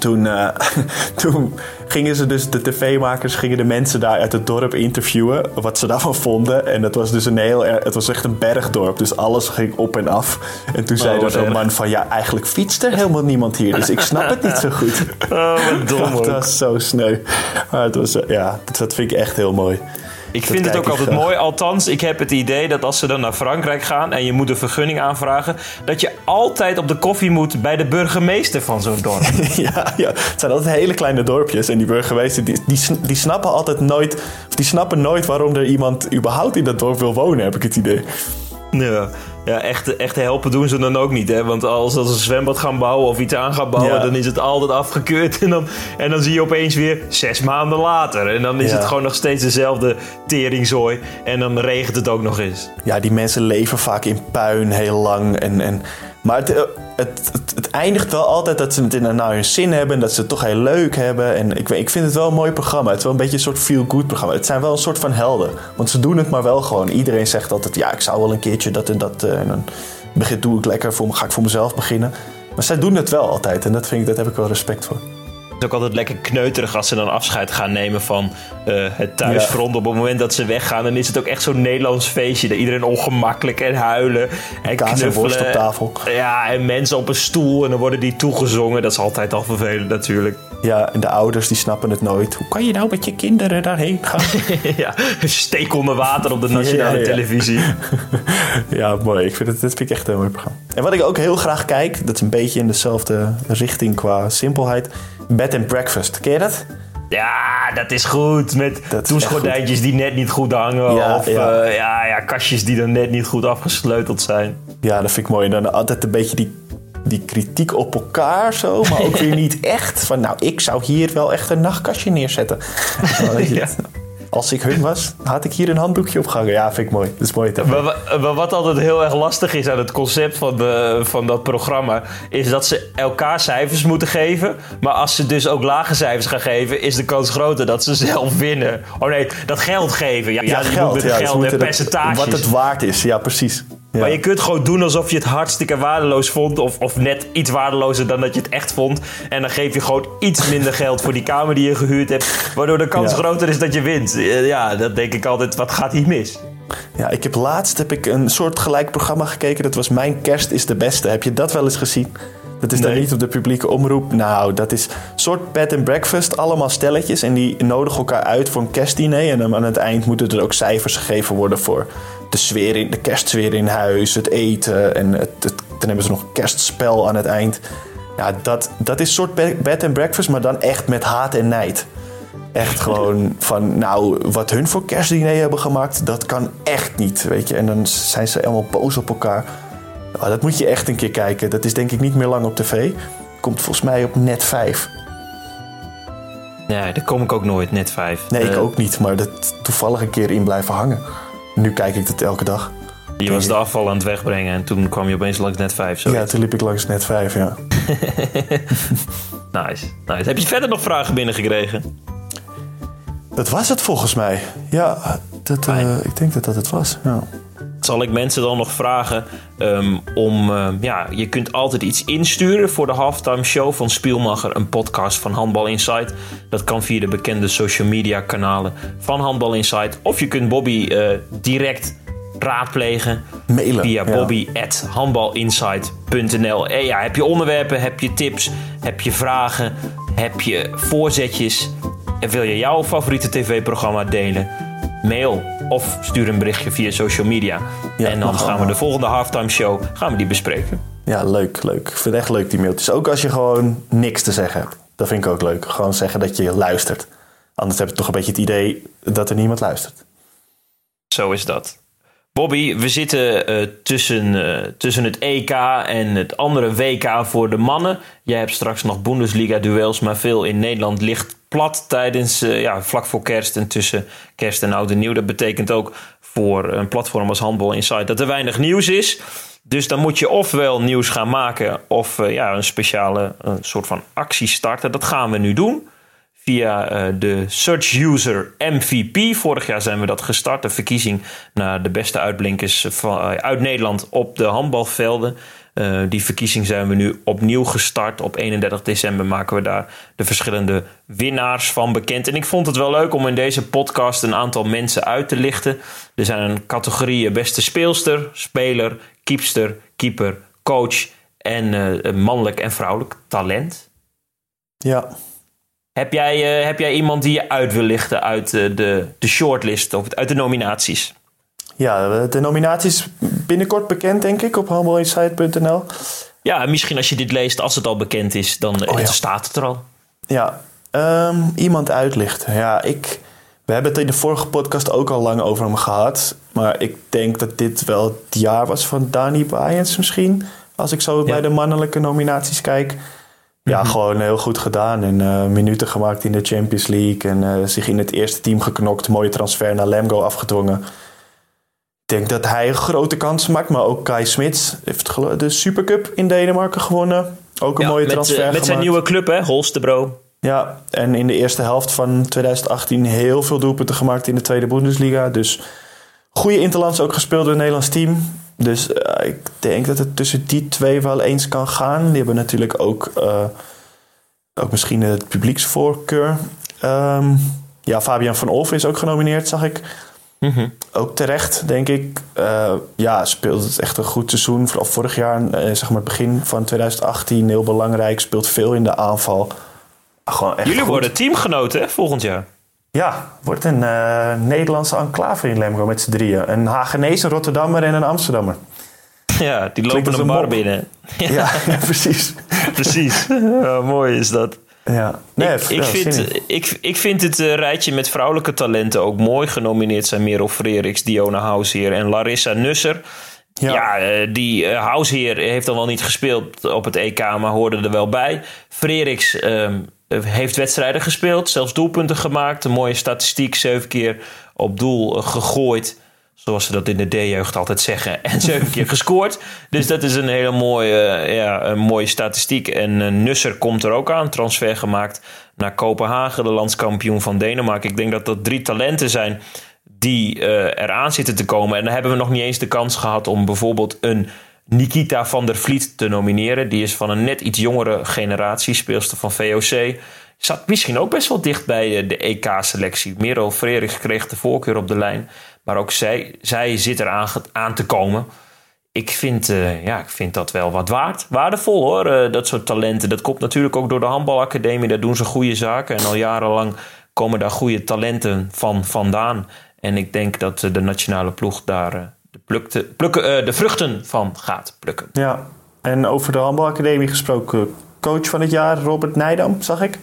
toen gingen ze dus, de tv-makers gingen de mensen daar uit het dorp interviewen, wat ze daarvan vonden. En dat was dus het was echt een bergdorp, dus alles ging op en af. En toen zei er zo'n man van, ja, eigenlijk fietst er helemaal niemand hier, dus ik snap het niet zo goed. Wat dom. Dat was zo sneu. Maar het was, dat vind ik echt heel mooi. Ik vind het ook altijd mooi. Althans, ik heb het idee dat als ze dan naar Frankrijk gaan en je moet een vergunning aanvragen, dat je altijd op de koffie moet bij de burgemeester van zo'n dorp. ja, het zijn altijd hele kleine dorpjes. En die burgemeester die snappen altijd nooit, of die snappen nooit waarom er iemand überhaupt in dat dorp wil wonen, heb ik het idee. Ja, echt helpen doen ze dan ook niet. Hè? Want als ze een zwembad gaan bouwen of iets aan gaan bouwen, dan is het altijd afgekeurd. En dan zie je opeens weer 6 maanden later. En dan is het gewoon nog steeds dezelfde teringzooi. En dan regent het ook nog eens. Ja, die mensen leven vaak in puin heel lang. Maar het eindigt wel altijd dat ze het naar hun zin hebben en dat ze het toch heel leuk hebben. En ik vind het wel een mooi programma. Het is wel een beetje een soort feel-good programma. Het zijn wel een soort van helden. Want ze doen het maar wel gewoon. Iedereen zegt altijd, ja, ik zou wel een keertje dat en dat. En dan ga ik voor mezelf beginnen. Maar zij doen het wel altijd. En dat heb ik wel respect voor. Het is ook altijd lekker kneuterig als ze dan afscheid gaan nemen van het thuisfront. Ja. Op het moment dat ze weggaan, dan is het ook echt zo'n Nederlands feestje. Dat iedereen ongemakkelijk en huilen en kaas en worst op tafel. Ja, en mensen op een stoel en dan worden die toegezongen. Dat is altijd al vervelend natuurlijk. Ja, en de ouders die snappen het nooit. Hoe kan je nou met je kinderen daarheen gaan? Ja, steek onder water op de nationale televisie. Ja, mooi. Dat vind ik echt een mooi programma. En wat ik ook heel graag kijk, dat is een beetje in dezelfde richting qua simpelheid. Bed and Breakfast. Ken je dat? Ja, dat is goed. Met douchegordijntjes die net niet goed hangen. Ja, of kastjes die dan net niet goed afgesleuteld zijn. Ja, dat vind ik mooi. En dan altijd een beetje die kritiek op elkaar zo, maar ook weer niet echt. Van nou, ik zou hier wel echt een nachtkastje neerzetten. Ja. Als ik hun was, had ik hier een handdoekje opgehangen. Ja, vind ik mooi. Dat is mooi. Maar wat altijd heel erg lastig is aan het concept van dat programma, is dat ze elkaar cijfers moeten geven. Maar als ze dus ook lage cijfers gaan geven, is de kans groter dat ze zelf winnen. Oh nee, dat geld geven. Ja, geld en percentages. Wat het waard is, ja, precies. Ja. Maar je kunt gewoon doen alsof je het hartstikke waardeloos vond. Of net iets waardelozer dan dat je het echt vond. En dan geef je gewoon iets minder geld voor die kamer die je gehuurd hebt. Waardoor de kans groter is dat je wint. Ja, dat denk ik altijd. Wat gaat hier mis? Ja, laatst heb ik een soort gelijk programma gekeken. Dat was Mijn Kerst is de Beste. Heb je dat wel eens gezien? Dat is dan niet op de publieke omroep. Nou, dat is een soort bed and breakfast. Allemaal stelletjes. En die nodigen elkaar uit voor een kerstdiner. En dan aan het eind moeten er ook cijfers gegeven worden voor de kerstsfeer in huis, het eten. En dan hebben ze nog een kerstspel aan het eind. Ja, dat is een soort bed and breakfast, maar dan echt met haat en nijd. Echt gewoon van, nou, wat hun voor kerstdiner hebben gemaakt, dat kan echt niet, weet je. En dan zijn ze helemaal boos op elkaar. Nou, dat moet je echt een keer kijken. Dat is denk ik niet meer lang op tv. Komt volgens mij op Net 5. Ja, daar kom ik ook nooit, Net 5. Nee, ik ook niet, maar dat toevallig een keer in blijven hangen. Nu kijk ik het elke dag. Je was de afval aan het wegbrengen en toen kwam je opeens langs Net 5. Zoiets. Ja, toen liep ik langs Net 5, ja. Nice. Heb je verder nog vragen binnengekregen? Dat was het volgens mij. Ja, ik denk dat het was. Ja. Zal ik mensen dan nog vragen je kunt altijd iets insturen voor de halftime show van Spielmacher, een podcast van Handbal Insight. Dat kan via de bekende social media kanalen van Handbal Insight. Of je kunt Bobby direct raadplegen. Mailen. Via bobby@handbalinsight.nl. Heb je onderwerpen, heb je tips, heb je vragen, heb je voorzetjes en wil je jouw favoriete tv-programma delen? Mail of stuur een berichtje via social media. Ja, en dan gaan we de volgende halftime show die bespreken. Ja, leuk. Ik vind het echt leuk, die mailtjes. Ook als je gewoon niks te zeggen hebt. Dat vind ik ook leuk. Gewoon zeggen dat je luistert. Anders heb je toch een beetje het idee dat er niemand luistert. Zo is dat. Bobby, we zitten tussen het EK en het andere WK voor de mannen. Jij hebt straks nog Bundesliga-duels, maar veel in Nederland ligt plat tijdens vlak voor kerst en tussen kerst en oud en nieuw. Dat betekent ook voor een platform als Handbal Insight dat er weinig nieuws is. Dus dan moet je ofwel nieuws gaan maken of een speciale soort van actie starten. Dat gaan we nu doen. Via de Search User MVP. Vorig jaar zijn we dat gestart. De verkiezing naar de beste uitblinkers uit Nederland op de handbalvelden. Die verkiezing zijn we nu opnieuw gestart. Op 31 december maken we daar de verschillende winnaars van bekend. En ik vond het wel leuk om in deze podcast een aantal mensen uit te lichten. Er zijn een categorieën beste speelster, speler, keepster, keeper, coach en mannelijk en vrouwelijk talent. Ja. Heb jij iemand die je uit wil lichten uit de shortlist of uit de nominaties? Ja, de nominaties binnenkort bekend, denk ik, op handbalinsight.nl. Ja, misschien als je dit leest, als het al bekend is, dan staat het er al. Ja, iemand uitlichten. Ja, we hebben het in de vorige podcast ook al lang over hem gehad. Maar ik denk dat dit wel het jaar was van Dani Bayens misschien. Als ik zo bij de mannelijke nominaties kijk. Ja, gewoon heel goed gedaan. En minuten gemaakt in de Champions League. En zich in het eerste team geknokt. Mooie transfer naar Lemgo afgedwongen. Ik denk dat hij grote kansen maakt. Maar ook Kai Smits heeft de Supercup in Denemarken gewonnen. Ook een mooie transfer gemaakt. Met zijn nieuwe club, hè? Holstebro. Ja, en in de eerste helft van 2018 heel veel doelpunten gemaakt in de tweede Bundesliga. Dus goede interlands ook gespeeld door het Nederlands team. Dus ik denk dat het tussen die twee wel eens kan gaan. Die hebben natuurlijk ook ook misschien het publieksvoorkeur. Fabian van Olven is ook genomineerd, zag ik. Mm-hmm. Ook terecht, denk ik. Speelt het echt een goed seizoen. Vooral vorig jaar, zeg maar het begin van 2018, heel belangrijk. Speelt veel in de aanval. Gewoon echt Jullie goed. worden teamgenoten, hè, volgend jaar? Ja, wordt een Nederlandse enclave in Lemgo met z'n drieën. Een Hagenees, een Rotterdammer en een Amsterdammer. Ja, die lopen als een een bar mop. binnen. Ja, precies. Precies. Mooi is dat. Ja. Ik vind het rijtje met vrouwelijke talenten ook mooi. Genomineerd zijn Merel Frerichs, Diona Hausheer en Larissa Nusser. Die Hausheer heeft dan wel niet gespeeld op het EK, maar hoorde er wel bij. Frerichs heeft wedstrijden gespeeld, zelfs doelpunten gemaakt. Een mooie statistiek, 7 keer op doel gegooid. Zoals ze dat in de D-jeugd altijd zeggen. En 7 keer gescoord. Dus dat is een hele mooie statistiek. En Nusser komt er ook aan. Transfer gemaakt naar Kopenhagen. De landskampioen van Denemarken. Ik denk dat dat 3 talenten zijn die eraan zitten te komen. En dan hebben we nog niet eens de kans gehad om bijvoorbeeld een Nikita van der Vliet te nomineren. Die is van een net iets jongere generatie. Speelster van VOC. Zat misschien ook best wel dicht bij de EK-selectie. Merel Frerichs kreeg de voorkeur op de lijn. Maar ook zij zit er aan te komen. Ik vind dat wel wat waardevol hoor. Dat soort talenten. Dat komt natuurlijk ook door de handbalacademie. Daar doen ze goede zaken. En al jarenlang komen daar goede talenten van vandaan. En ik denk dat de nationale ploeg daar de vruchten van gaat plukken. Ja, en over de handbalacademie gesproken. Coach van het jaar Robert Nijdam, zag ik.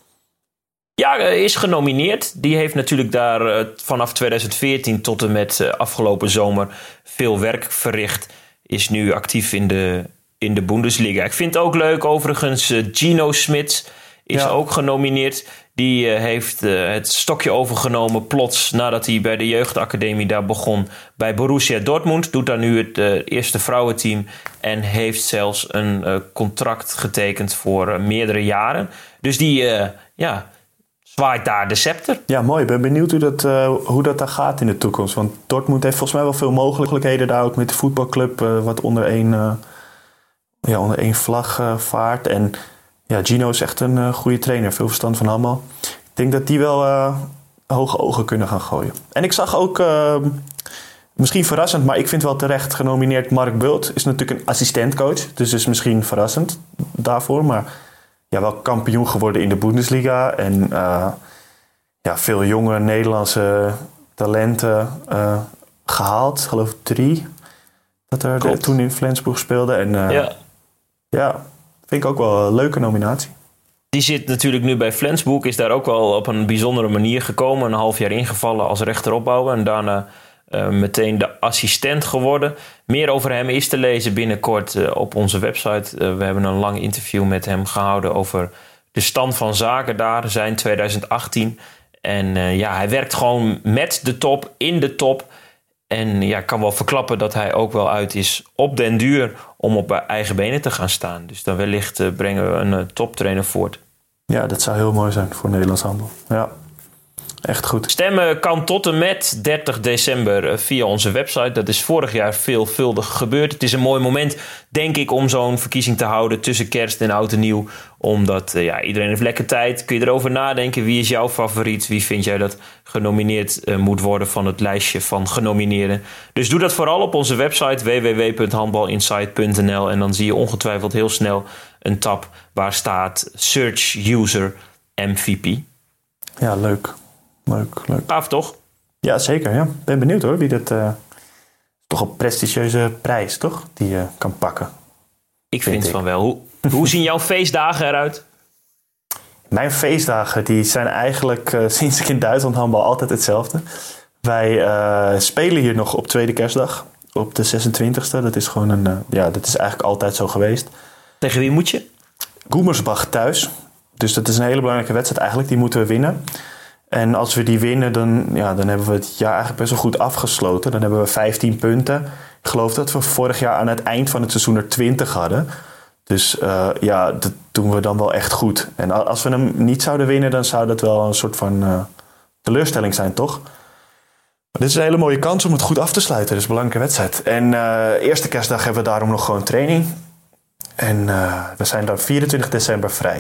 Ja, is genomineerd. Die heeft natuurlijk daar vanaf 2014 tot en met afgelopen zomer veel werk verricht. Is nu actief in de Bundesliga. Ik vind het ook leuk overigens. Gino Smits is ook genomineerd. Die heeft het stokje overgenomen plots nadat hij bij de jeugdacademie daar begon bij Borussia Dortmund. Doet daar nu het eerste vrouwenteam en heeft zelfs een contract getekend voor meerdere jaren. Dus die zwaait daar de scepter. Ja, mooi. Ik ben benieuwd hoe dat daar gaat in de toekomst. Want Dortmund heeft volgens mij wel veel mogelijkheden daar ook met de voetbalclub. Wat onder één vlag vaart. En ja, Gino is echt een goede trainer. Veel verstand van handbal. Ik denk dat die wel hoge ogen kunnen gaan gooien. En ik zag ook, misschien verrassend, maar ik vind wel terecht genomineerd. Mark Bult is natuurlijk een assistentcoach. Dus is misschien verrassend daarvoor. Maar ja, wel kampioen geworden in de Bundesliga. En veel jonge Nederlandse talenten gehaald. Geloof ik 3. Dat er toen in Flensburg speelde. En vind ik ook wel een leuke nominatie. Die zit natuurlijk nu bij Flensburg. Is daar ook wel op een bijzondere manier gekomen. Een half jaar ingevallen als rechteropbouwer. En daarna meteen de assistent geworden. Meer over hem is te lezen binnenkort op onze website. We hebben een lang interview met hem gehouden over de stand van zaken daar. Zijn 2018. En hij werkt gewoon met de top, in de top. En ik kan wel verklappen dat hij ook wel uit is op den duur om op eigen benen te gaan staan. Dus dan wellicht brengen we een toptrainer voort. Ja, dat zou heel mooi zijn voor Nederlands handbal. Ja, echt goed. Stemmen kan tot en met 30 december via onze website. Dat is vorig jaar veelvuldig gebeurd. Het is een mooi moment, denk ik, om zo'n verkiezing te houden tussen kerst en oud en nieuw. Omdat iedereen heeft lekker tijd. Kun je erover nadenken. Wie is jouw favoriet? Wie vind jij dat genomineerd moet worden van het lijstje van genomineerden? Dus doe dat vooral op onze website www.handbalinsight.nl. En dan zie je ongetwijfeld heel snel een tab waar staat Search User MVP. Ja, leuk. Leuk. Gaaf toch? Ja, zeker. Ja. Ben benieuwd hoor wie dat... toch een prestigieuze prijs, toch? Die je kan pakken. Ik vind van wel. Hoe zien jouw feestdagen eruit? Mijn feestdagen die zijn eigenlijk sinds ik in Duitsland handbal altijd hetzelfde. Wij spelen hier nog op tweede kerstdag. Op de 26e. Dat is gewoon dat is eigenlijk altijd zo geweest. Tegen wie moet je? Gummersbach thuis. Dus dat is een hele belangrijke wedstrijd eigenlijk. Die moeten we winnen. En als we die winnen, dan hebben we het jaar eigenlijk best wel goed afgesloten. Dan hebben we 15 punten. Ik geloof dat we vorig jaar aan het eind van het seizoen er 20 hadden. Dus dat doen we dan wel echt goed. En als we hem niet zouden winnen, dan zou dat wel een soort van teleurstelling zijn, toch? Maar dit is een hele mooie kans om het goed af te sluiten. Dus een belangrijke wedstrijd. En eerste kerstdag hebben we daarom nog gewoon training. En we zijn dan 24 december vrij.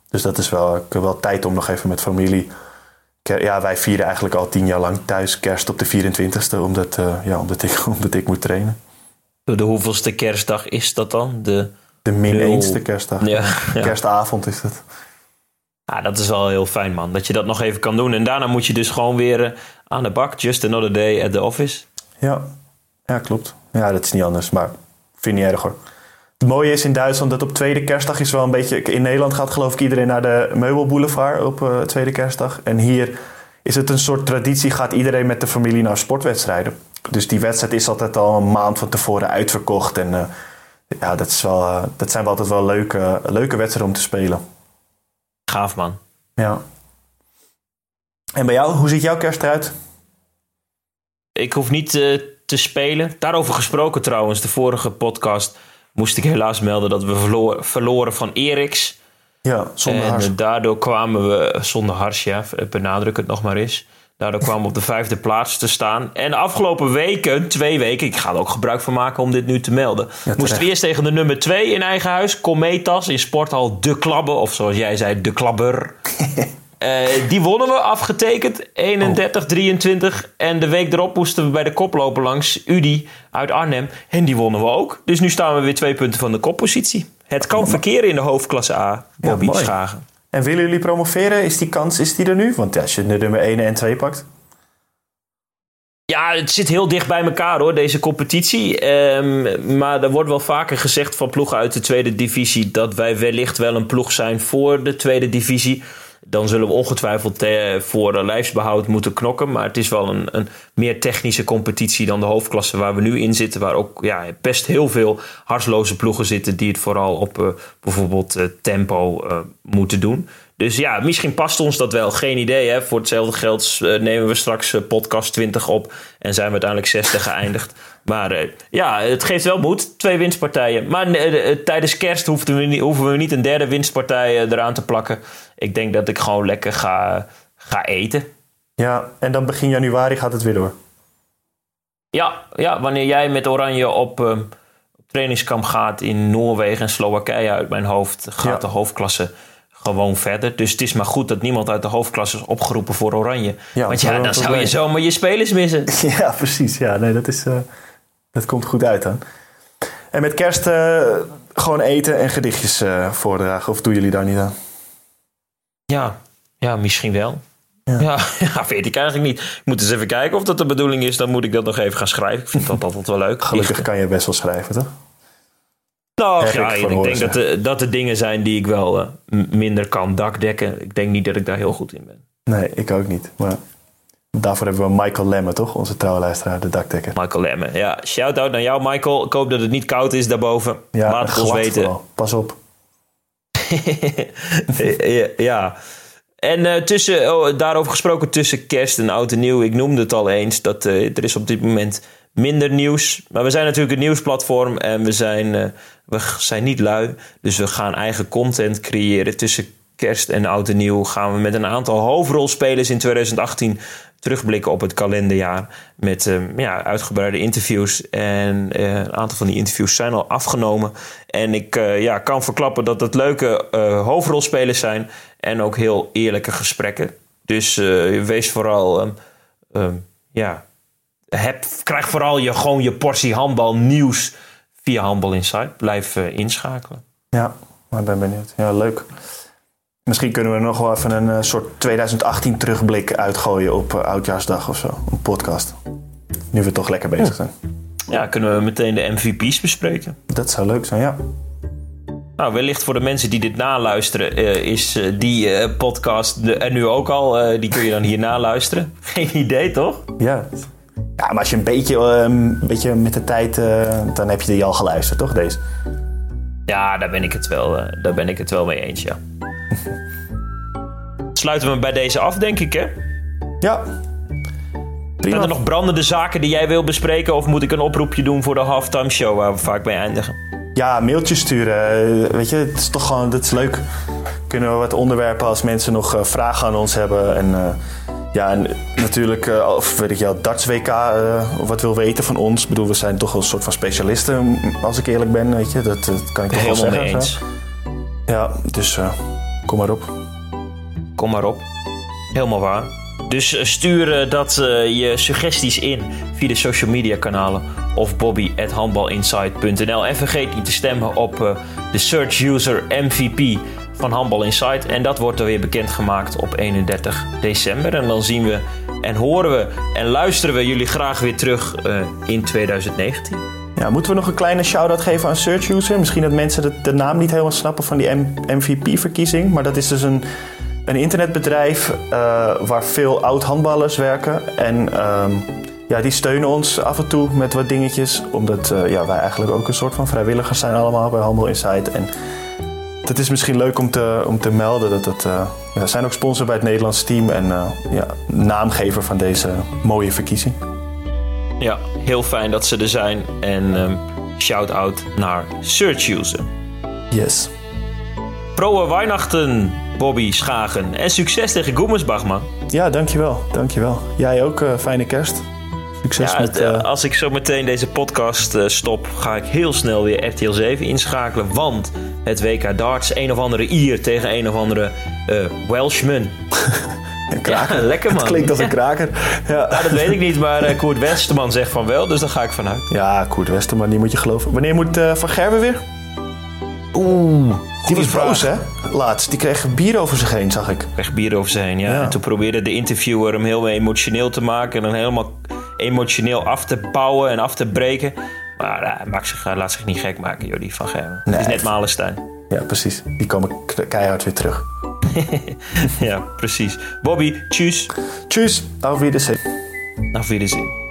Dus dat is wel tijd om nog even met familie... Ja, wij vieren eigenlijk al 10 jaar lang thuis kerst op de 24e... omdat ik moet trainen. De hoeveelste kerstdag is dat dan? De -1ste kerstdag. Ja. Kerstavond is het. Ja, dat is wel heel fijn, man. Dat je dat nog even kan doen. En daarna moet je dus gewoon weer aan de bak. Just another day at the office. Ja, klopt. Ja, dat is niet anders, maar vind ik niet erg hoor. Het mooie is in Duitsland dat op tweede kerstdag is wel een beetje... In Nederland gaat geloof ik iedereen naar de Meubelboulevard op tweede kerstdag. En hier is het een soort traditie, gaat iedereen met de familie naar sportwedstrijden. Dus die wedstrijd is altijd al een maand van tevoren uitverkocht. En dat zijn wel altijd wel leuke wedstrijden om te spelen. Gaaf, man. Ja. En bij jou, hoe ziet jouw kerst eruit? Ik hoef niet te spelen. Daarover gesproken trouwens, de vorige podcast moest ik helaas melden dat we verloren van Eriks. Ja, zonder hars. En daardoor kwamen we, zonder hars, ja, benadruk het nog maar eens. Daardoor kwamen we op de 5e plaats te staan. En de afgelopen weken, 2 weken, ik ga er ook gebruik van maken om dit nu te melden. Ja, moesten we eerst tegen de nummer 2 in eigen huis, Cometas, in sporthal De Klabbe. Of zoals jij zei, De Klabber. Die wonnen we, afgetekend, 31-23. En de week erop moesten we bij de koploper langs, Udi uit Arnhem. En die wonnen we ook. Dus nu staan we weer 2 punten van de koppositie. Het kan verkeren in de hoofdklasse A, Bobby Schagen. En willen jullie promoveren? Is die kans er nu? Want als je de nummer 1 en 2 pakt... Ja, het zit heel dicht bij elkaar hoor, deze competitie. Maar er wordt wel vaker gezegd van ploegen uit de tweede divisie... dat wij wellicht wel een ploeg zijn voor de tweede divisie. Dan zullen we ongetwijfeld voor lijfsbehoud moeten knokken. Maar het is wel een meer technische competitie dan de hoofdklasse waar we nu in zitten. Waar ook best heel veel harsloze ploegen zitten die het vooral op bijvoorbeeld tempo moeten doen. Dus ja, misschien past ons dat wel. Geen idee. Hè? Voor hetzelfde geld nemen we straks podcast 20 op en zijn we uiteindelijk 60 geëindigd. Maar het geeft wel moed. 2 winstpartijen. Maar tijdens kerst hoeven we niet een derde winstpartij eraan te plakken. Ik denk dat ik gewoon lekker ga eten. Ja, en dan begin januari gaat het weer door. Ja, wanneer jij met Oranje op trainingskamp gaat in Noorwegen en Slowakije uit mijn hoofd, gaat de hoofdklasse gewoon verder. Dus het is maar goed dat niemand uit de hoofdklasse is opgeroepen voor Oranje. Ja, want dan zou je zomaar je spelers missen. Ja, precies. Ja, nee, dat komt goed uit dan. En met kerst gewoon eten en gedichtjes voordragen. Of doen jullie daar niet aan? Ja, misschien wel. Ja, weet ik eigenlijk niet. Ik moet eens even kijken of dat de bedoeling is. Dan moet ik dat nog even gaan schrijven. Ik vind dat altijd wel leuk. Gelukkig kan je best wel schrijven, toch? Nou, ik denk dat er dingen zijn die ik wel minder kan dakdekken. Ik denk niet dat ik daar heel goed in ben. Nee, ik ook niet. Maar daarvoor hebben we Michael Lemme, toch? Onze trouwe luisteraar, de dakdekker. Michael Lemme, ja. Shout-out naar jou, Michael. Ik hoop dat het niet koud is daarboven. Ja, laat het ons weten. Vooral. Pas op. Ja. En daarover gesproken tussen kerst en oud en nieuw. Ik noemde het al eens, dat er is op dit moment minder nieuws. Maar we zijn natuurlijk een nieuwsplatform en we zijn niet lui. Dus we gaan eigen content creëren. Tussen kerst en oud en nieuw gaan we met een aantal hoofdrolspelers in 2018 terugblikken op het kalenderjaar. Met uitgebreide interviews. En een aantal van die interviews zijn al afgenomen. En ik kan verklappen dat het leuke hoofdrolspelers zijn. En ook heel eerlijke gesprekken. Dus wees vooral... krijg vooral je portie handbal nieuws via Handbal Insight. Blijf inschakelen. Ja, maar ik ben benieuwd. Ja, leuk. Misschien kunnen we nog wel even een soort 2018 terugblik uitgooien op Oudjaarsdag of zo. Een podcast. Nu we toch lekker bezig zijn. Ja, kunnen we meteen de MVP's bespreken. Dat zou leuk zijn, ja. Nou, wellicht voor de mensen die dit naluisteren is die podcast er nu ook al. Die kun je dan hier naluisteren. Geen idee, toch? Ja. Ja, maar als je een beetje met de tijd... dan heb je die al geluisterd, toch, deze? Ja, daar ben ik het wel mee eens, ja. Sluiten we bij deze af, denk ik, hè? Ja. Prima. Zijn er nog brandende zaken die jij wil bespreken? Of moet ik een oproepje doen voor de halftime show waar we vaak mee eindigen? Ja, mailtjes sturen. Weet je, het is toch gewoon, dat is leuk. Kunnen we wat onderwerpen als mensen nog vragen aan ons hebben. En natuurlijk, of weet ik jou, Darts WK wat wil weten van ons. Ik bedoel, we zijn toch wel een soort van specialisten, als ik eerlijk ben, weet je. Dat kan ik toch wel zeggen. Helemaal mee eens. Ja, dus kom maar op. Kom maar op. Helemaal waar. Dus stuur je suggesties in via de social media kanalen of bobby@handbalinsight.nl. En vergeet niet te stemmen op de search user MVP van Handbal Insight. En dat wordt er weer bekendgemaakt op 31 december. En dan zien we en horen we en luisteren we jullie graag weer terug in 2019. Ja, moeten we nog een kleine shout-out geven aan Search User? Misschien dat mensen de naam niet helemaal snappen van die MVP-verkiezing. Maar dat is dus een internetbedrijf waar veel oud-handballers werken. En die steunen ons af en toe met wat dingetjes. Omdat wij eigenlijk ook een soort van vrijwilligers zijn allemaal bij Handbal Insight. En het is misschien leuk om te melden dat zijn ook sponsor bij het Nederlands team. En naamgever van deze mooie verkiezing. Ja, heel fijn dat ze er zijn. En shout-out naar Search User. Yes. Proe Weihnachten, Bobby Schagen. En succes tegen Gummersbach, man. Ja, dankjewel. Jij ook, fijne kerst. Succes met... Als ik zo meteen deze podcast stop, ga ik heel snel weer RTL 7 inschakelen. Want het WK Darts, een of andere Ier tegen een of andere Welshman. Een kraker. Ja, lekker, man. Het klinkt als een kraker. Ja. Dat weet ik niet, maar Koert Westerman zegt van wel, dus daar ga ik vanuit. Ja, Koert Westerman, die moet je geloven. Wanneer moet Van Gerwen weer? Die was boos, hè? Laatst. Die kreeg bier over zich heen, zag ik. Kreeg bier over zich heen, ja. En toen probeerde de interviewer hem heel emotioneel te maken. En dan helemaal emotioneel af te bouwen en af te breken. Maar hij laat zich niet gek maken, joh, die Van Gerwen. Nee, het is net Malenstein. Ja, precies. Die komen keihard weer terug. Ja, precies. Bobby, tjus. Tjus. Auf Wiedersehen. Auf Wiedersehen.